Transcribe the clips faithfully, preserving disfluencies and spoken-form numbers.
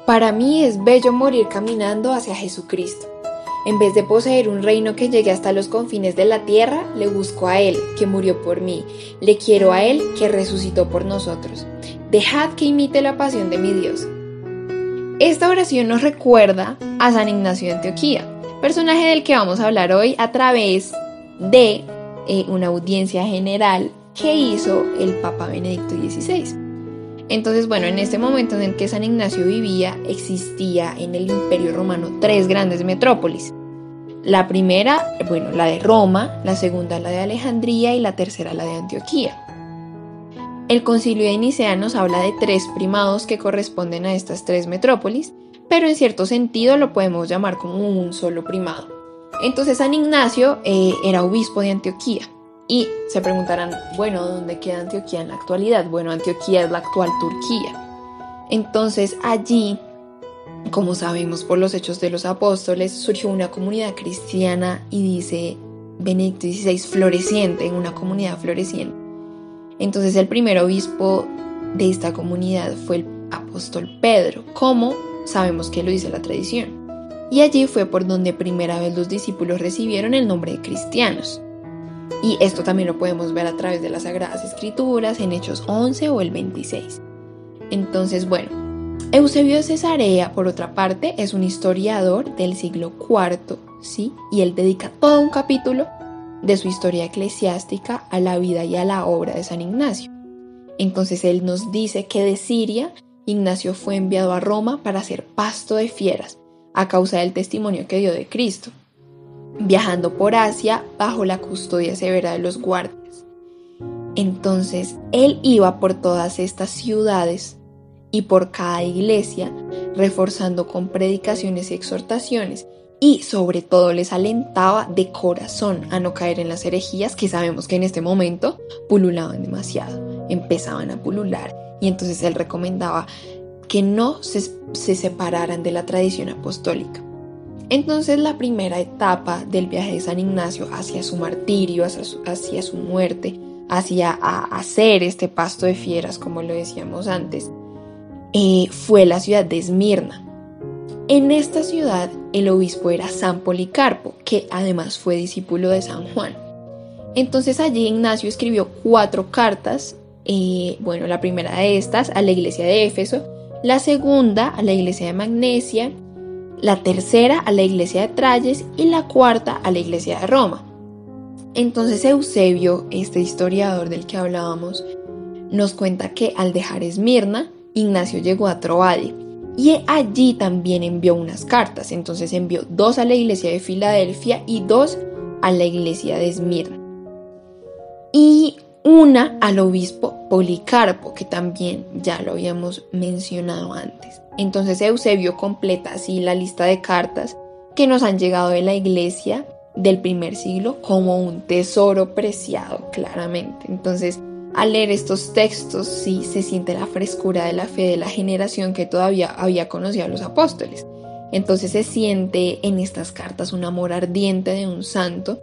Para mí es bello morir caminando hacia Jesucristo. En vez de poseer un reino que llegue hasta los confines de la tierra, le busco a Él, que murió por mí. Le quiero a Él, que resucitó por nosotros. Dejad que imite la pasión de mi Dios. Esta oración nos recuerda a San Ignacio de Antioquía, personaje del que vamos a hablar hoy a través de eh, una audiencia general que hizo el Papa Benedicto dieciséis. Entonces, bueno, en este momento en el que San Ignacio vivía, existía en el Imperio Romano tres grandes metrópolis. La primera, bueno, la de Roma, la segunda la de Alejandría y la tercera la de Antioquía. El Concilio de Nicea nos habla de tres primados que corresponden a estas tres metrópolis, pero en cierto sentido lo podemos llamar como un solo primado. Entonces San Ignacio eh, era obispo de Antioquía. Y se preguntarán, bueno, ¿dónde queda Antioquía en la actualidad? Bueno, Antioquía es la actual Turquía. Entonces allí, como sabemos por los Hechos de los Apóstoles, surgió una comunidad cristiana y dice Benedicto dieciséis, floreciente, en una comunidad floreciente. Entonces el primer obispo de esta comunidad fue el apóstol Pedro, como sabemos que lo dice la tradición. Y allí fue por donde primera vez los discípulos recibieron el nombre de cristianos. Y esto también lo podemos ver a través de las Sagradas Escrituras, en Hechos once o el veintiséis. Entonces, bueno, Eusebio de Cesarea, por otra parte, es un historiador del siglo cuarto, ¿sí? Y él dedica todo un capítulo de su historia eclesiástica a la vida y a la obra de San Ignacio. Entonces, él nos dice que de Siria, Ignacio fue enviado a Roma para ser pasto de fieras, a causa del testimonio que dio de Cristo, viajando por Asia bajo la custodia severa de los guardias. Entonces, él iba por todas estas ciudades y por cada iglesia, reforzando con predicaciones y exhortaciones, y sobre todo les alentaba de corazón a no caer en las herejías que sabemos que en este momento pululaban demasiado, empezaban a pulular, y entonces él recomendaba que no se, se separaran de la tradición apostólica. Entonces la primera etapa del viaje de San Ignacio hacia su martirio, hacia su, hacia su muerte, hacia a hacer este pasto de fieras, como lo decíamos antes, eh, fue la ciudad de Esmirna. En esta ciudad el obispo era San Policarpo, que además fue discípulo de San Juan. Entonces allí Ignacio escribió cuatro cartas, eh, bueno, la primera de estas a la iglesia de Éfeso, la segunda a la iglesia de Magnesia, la tercera a la iglesia de Tralles y la cuarta a la iglesia de Roma. Entonces Eusebio, este historiador del que hablábamos, nos cuenta que al dejar Esmirna, Ignacio llegó a Troade y allí también envió unas cartas. Entonces envió dos a la iglesia de Filadelfia y dos a la iglesia de Esmirna. Y una al obispo Policarpo, que también ya lo habíamos mencionado antes. Entonces Eusebio completa así la lista de cartas que nos han llegado de la iglesia del primer siglo como un tesoro preciado, claramente. Entonces, al leer estos textos, sí se siente la frescura de la fe de la generación que todavía había conocido a los apóstoles. Entonces se siente en estas cartas un amor ardiente de un santo.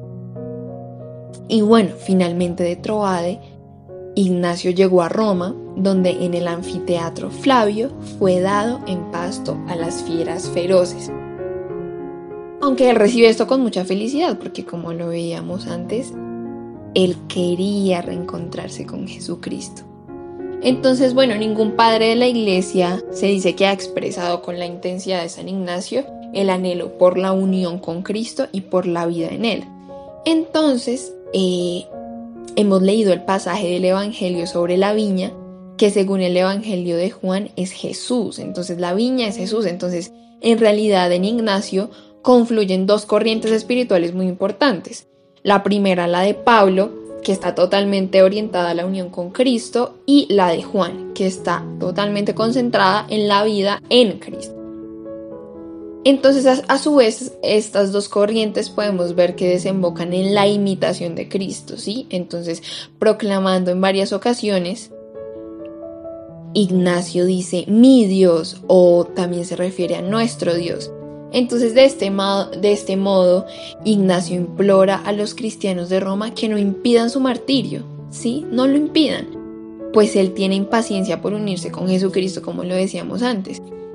Y bueno, finalmente de Troade, Ignacio llegó a Roma, donde en el anfiteatro Flavio fue dado en pasto a las fieras feroces. Aunque él recibe esto con mucha felicidad, porque como lo veíamos antes, él quería reencontrarse con Jesucristo. Entonces, bueno, ningún padre de la iglesia se dice que ha expresado con la intensidad de San Ignacio el anhelo por la unión con Cristo y por la vida en él. Entonces, eh, hemos leído el pasaje del Evangelio sobre la viña, que según el Evangelio de Juan es Jesús. Entonces la viña es Jesús. Entonces en realidad en Ignacio confluyen dos corrientes espirituales muy importantes. La primera, la de Pablo, que está totalmente orientada a la unión con Cristo, y la de Juan, que está totalmente concentrada en la vida en Cristo. Entonces, a, a su vez, estas dos corrientes podemos ver que desembocan en la imitación de Cristo, ¿sí? Entonces, proclamando en varias ocasiones, Ignacio dice, mi Dios, o también se refiere a nuestro Dios. Entonces, de este, modo, de este modo, Ignacio implora a los cristianos de Roma que no impidan su martirio, ¿sí? No lo impidan, pues él tiene impaciencia por unirse con Jesucristo, como lo decíamos antes.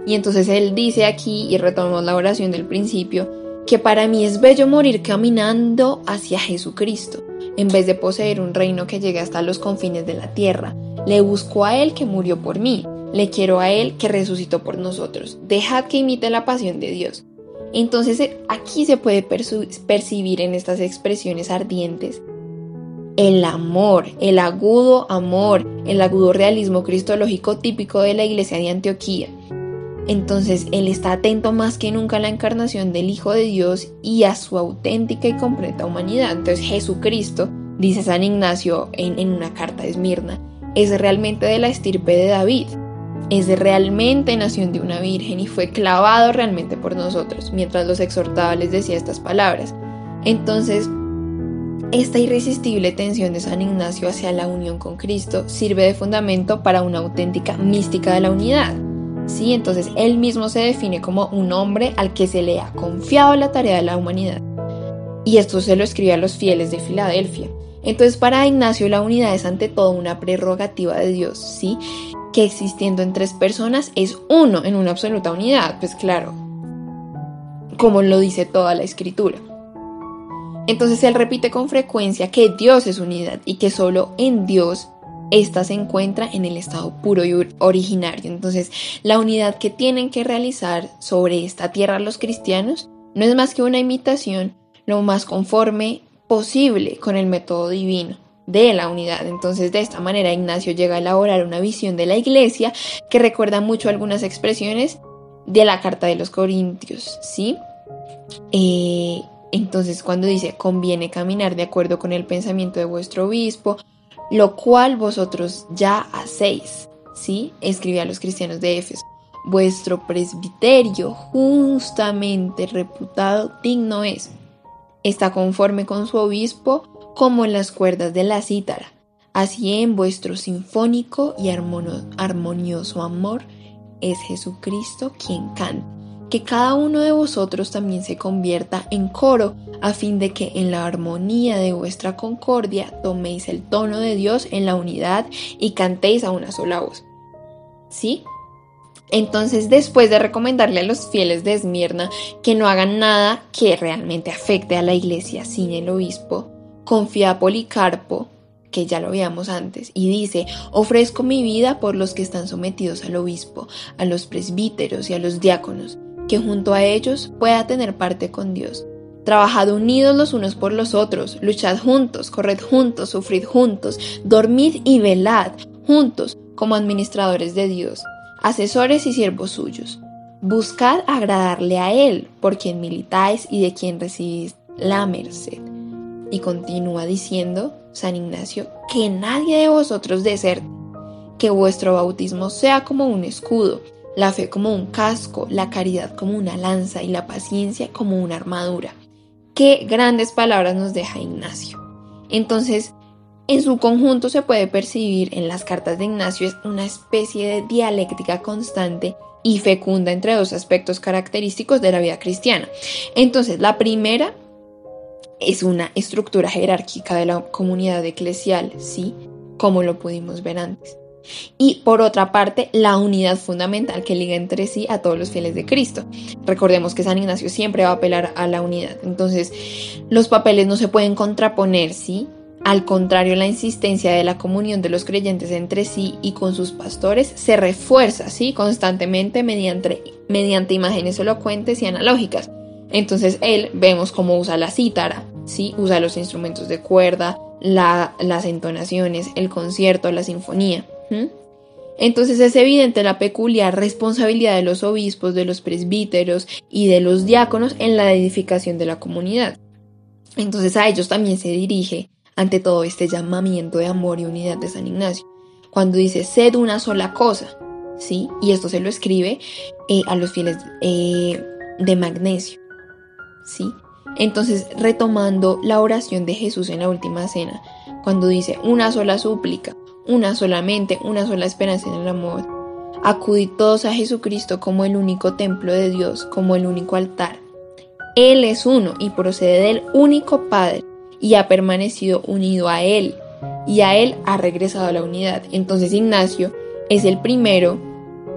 Y entonces él dice aquí, y retomamos la oración del principio, que para mí es bello morir caminando hacia Jesucristo, en vez de poseer un reino que llegue hasta los confines de la tierra. Le busco a Él que murió por mí, le quiero a Él que resucitó por nosotros. Dejad que imite la pasión de Dios. Entonces aquí se puede percibir en estas expresiones ardientes el amor, el agudo amor, el agudo realismo cristológico típico de la iglesia de Antioquía. Entonces él está atento más que nunca a la encarnación del Hijo de Dios y a su auténtica y completa humanidad. Entonces Jesucristo, dice San Ignacio en, en una carta de Esmirna, es realmente de la estirpe de David, es realmente nación de una virgen y fue clavado realmente por nosotros, mientras los exhortaba les decía estas palabras. Entonces, esta irresistible tensión de San Ignacio hacia la unión con Cristo sirve de fundamento para una auténtica mística de la unidad. ¿Sí? Entonces él mismo se define como un hombre al que se le ha confiado la tarea de la humanidad. Y esto se lo escribe a los fieles de Filadelfia. Entonces para Ignacio la unidad es ante todo una prerrogativa de Dios, ¿sí? Que existiendo en tres personas es uno en una absoluta unidad, pues claro, como lo dice toda la escritura. Entonces él repite con frecuencia que Dios es unidad y que solo en Dios esta se encuentra en el estado puro y originario. Entonces, la unidad que tienen que realizar sobre esta tierra los cristianos no es más que una imitación lo más conforme posible con el método divino de la unidad. Entonces, de esta manera, Ignacio llega a elaborar una visión de la iglesia que recuerda mucho algunas expresiones de la carta de los Corintios, ¿sí? Eh, entonces, cuando dice, conviene caminar de acuerdo con el pensamiento de vuestro obispo, lo cual vosotros ya hacéis, ¿sí? Escribe a los cristianos de Éfeso. Vuestro presbiterio justamente reputado digno es. Está conforme con su obispo como las cuerdas de la cítara. Así en vuestro sinfónico y armonioso amor es Jesucristo quien canta. Que cada uno de vosotros también se convierta en coro, a fin de que en la armonía de vuestra concordia toméis el tono de Dios en la unidad y cantéis a una sola voz. ¿Sí? Entonces, después de recomendarle a los fieles de Esmirna que no hagan nada que realmente afecte a la iglesia sin el obispo, confía a Policarpo, que ya lo veíamos antes, y dice, ofrezco mi vida por los que están sometidos al obispo, a los presbíteros y a los diáconos, que junto a ellos pueda tener parte con Dios. Trabajad unidos los unos por los otros, luchad juntos, corred juntos, sufrid juntos, dormid y velad juntos como administradores de Dios, asesores y siervos suyos. Buscad agradarle a Él, por quien militáis y de quien recibís la merced. Y continúa diciendo San Ignacio, que nadie de vosotros deserte, que vuestro bautismo sea como un escudo, la fe como un casco, la caridad como una lanza y la paciencia como una armadura. Qué grandes palabras nos deja Ignacio. Entonces, en su conjunto se puede percibir en las cartas de Ignacio es una especie de dialéctica constante y fecunda entre dos aspectos característicos de la vida cristiana. Entonces, la primera es una estructura jerárquica de la comunidad eclesial, ¿sí? Como lo pudimos ver antes. Y por otra parte, la unidad fundamental que liga entre sí a todos los fieles de Cristo. Recordemos que San Ignacio siempre va a apelar a la unidad. Entonces, los papeles no se pueden contraponer, ¿sí? Al contrario, la insistencia de la comunión de los creyentes entre sí y con sus pastores se refuerza, ¿sí? Constantemente mediante, mediante imágenes elocuentes y analógicas. Entonces, él, vemos cómo usa la cítara, ¿sí? Usa los instrumentos de cuerda, la, las entonaciones, el concierto, la sinfonía. ¿Mm? Entonces es evidente la peculiar responsabilidad de los obispos, de los presbíteros y de los diáconos en la edificación de la comunidad. Entonces a ellos también se dirige ante todo este llamamiento de amor y unidad de San Ignacio, cuando dice, sed una sola cosa, ¿sí? Y esto se lo escribe eh, a los fieles eh, de Magnesio, ¿sí? Entonces, retomando la oración de Jesús en la última cena, cuando dice, una sola súplica, una sola mente, una sola esperanza en el amor, acudid todos a Jesucristo como el único templo de Dios, como el único altar. Él es uno y procede del único Padre y ha permanecido unido a Él y a Él ha regresado a la unidad. Entonces Ignacio es el primero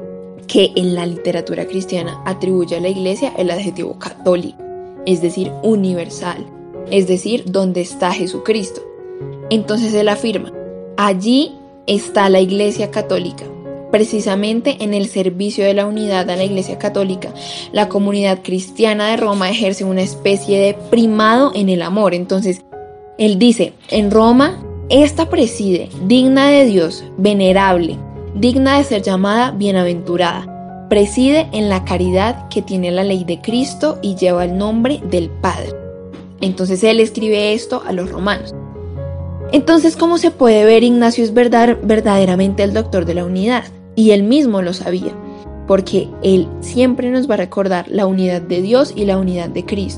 que en la literatura cristiana atribuye a la Iglesia el adjetivo católico, es decir, universal, es decir, donde está Jesucristo. Entonces él afirma, allí está la Iglesia católica. Precisamente en el servicio de la unidad a la Iglesia católica, la comunidad cristiana de Roma ejerce una especie de primado en el amor. Entonces, él dice, en Roma, esta preside, digna de Dios, venerable, digna de ser llamada bienaventurada, preside en la caridad que tiene la ley de Cristo y lleva el nombre del Padre. Entonces él escribe esto a los romanos. Entonces, ¿cómo se puede ver? Ignacio es verdad, verdaderamente el doctor de la unidad, y él mismo lo sabía, porque él siempre nos va a recordar la unidad de Dios y la unidad de Cristo.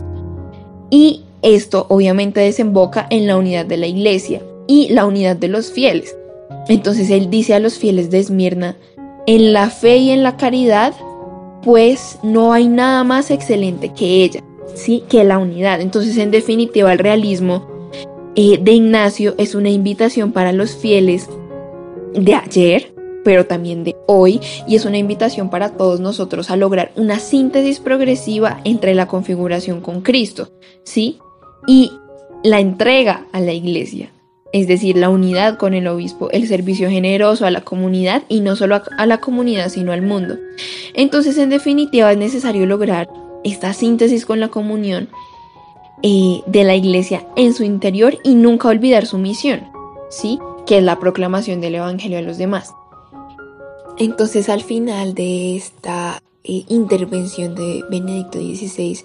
Y esto obviamente desemboca en la unidad de la Iglesia y la unidad de los fieles. Entonces él dice a los fieles de Esmirna, en la fe y en la caridad, pues no hay nada más excelente que ella, ¿sí? Que la unidad. Entonces, en definitiva, el realismo eh, de Ignacio es una invitación para los fieles de ayer, pero también de hoy, y es una invitación para todos nosotros a lograr una síntesis progresiva entre la configuración con Cristo, ¿sí? Y la entrega a la Iglesia, es decir, la unidad con el obispo, el servicio generoso a la comunidad, y no solo a la comunidad, sino al mundo. Entonces, en definitiva, es necesario lograr esta síntesis con la comunión eh, de la Iglesia en su interior y nunca olvidar su misión, ¿sí? Que es la proclamación del Evangelio a los demás. Entonces, al final de esta eh, intervención de Benedicto dieciséis,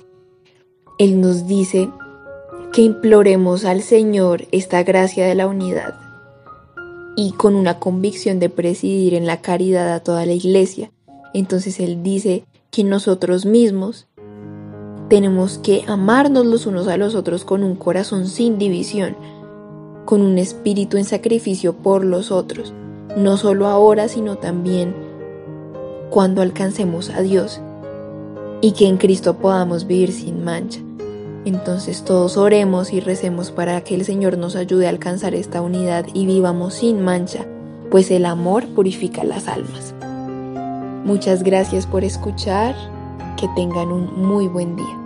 él nos dice que imploremos al Señor esta gracia de la unidad y con una convicción de presidir en la caridad a toda la Iglesia. Entonces él dice que nosotros mismos tenemos que amarnos los unos a los otros con un corazón sin división, con un espíritu en sacrificio por los otros, no solo ahora, sino también cuando alcancemos a Dios y que en Cristo podamos vivir sin mancha. Entonces todos oremos y recemos para que el Señor nos ayude a alcanzar esta unidad y vivamos sin mancha, pues el amor purifica las almas. Muchas gracias por escuchar, que tengan un muy buen día.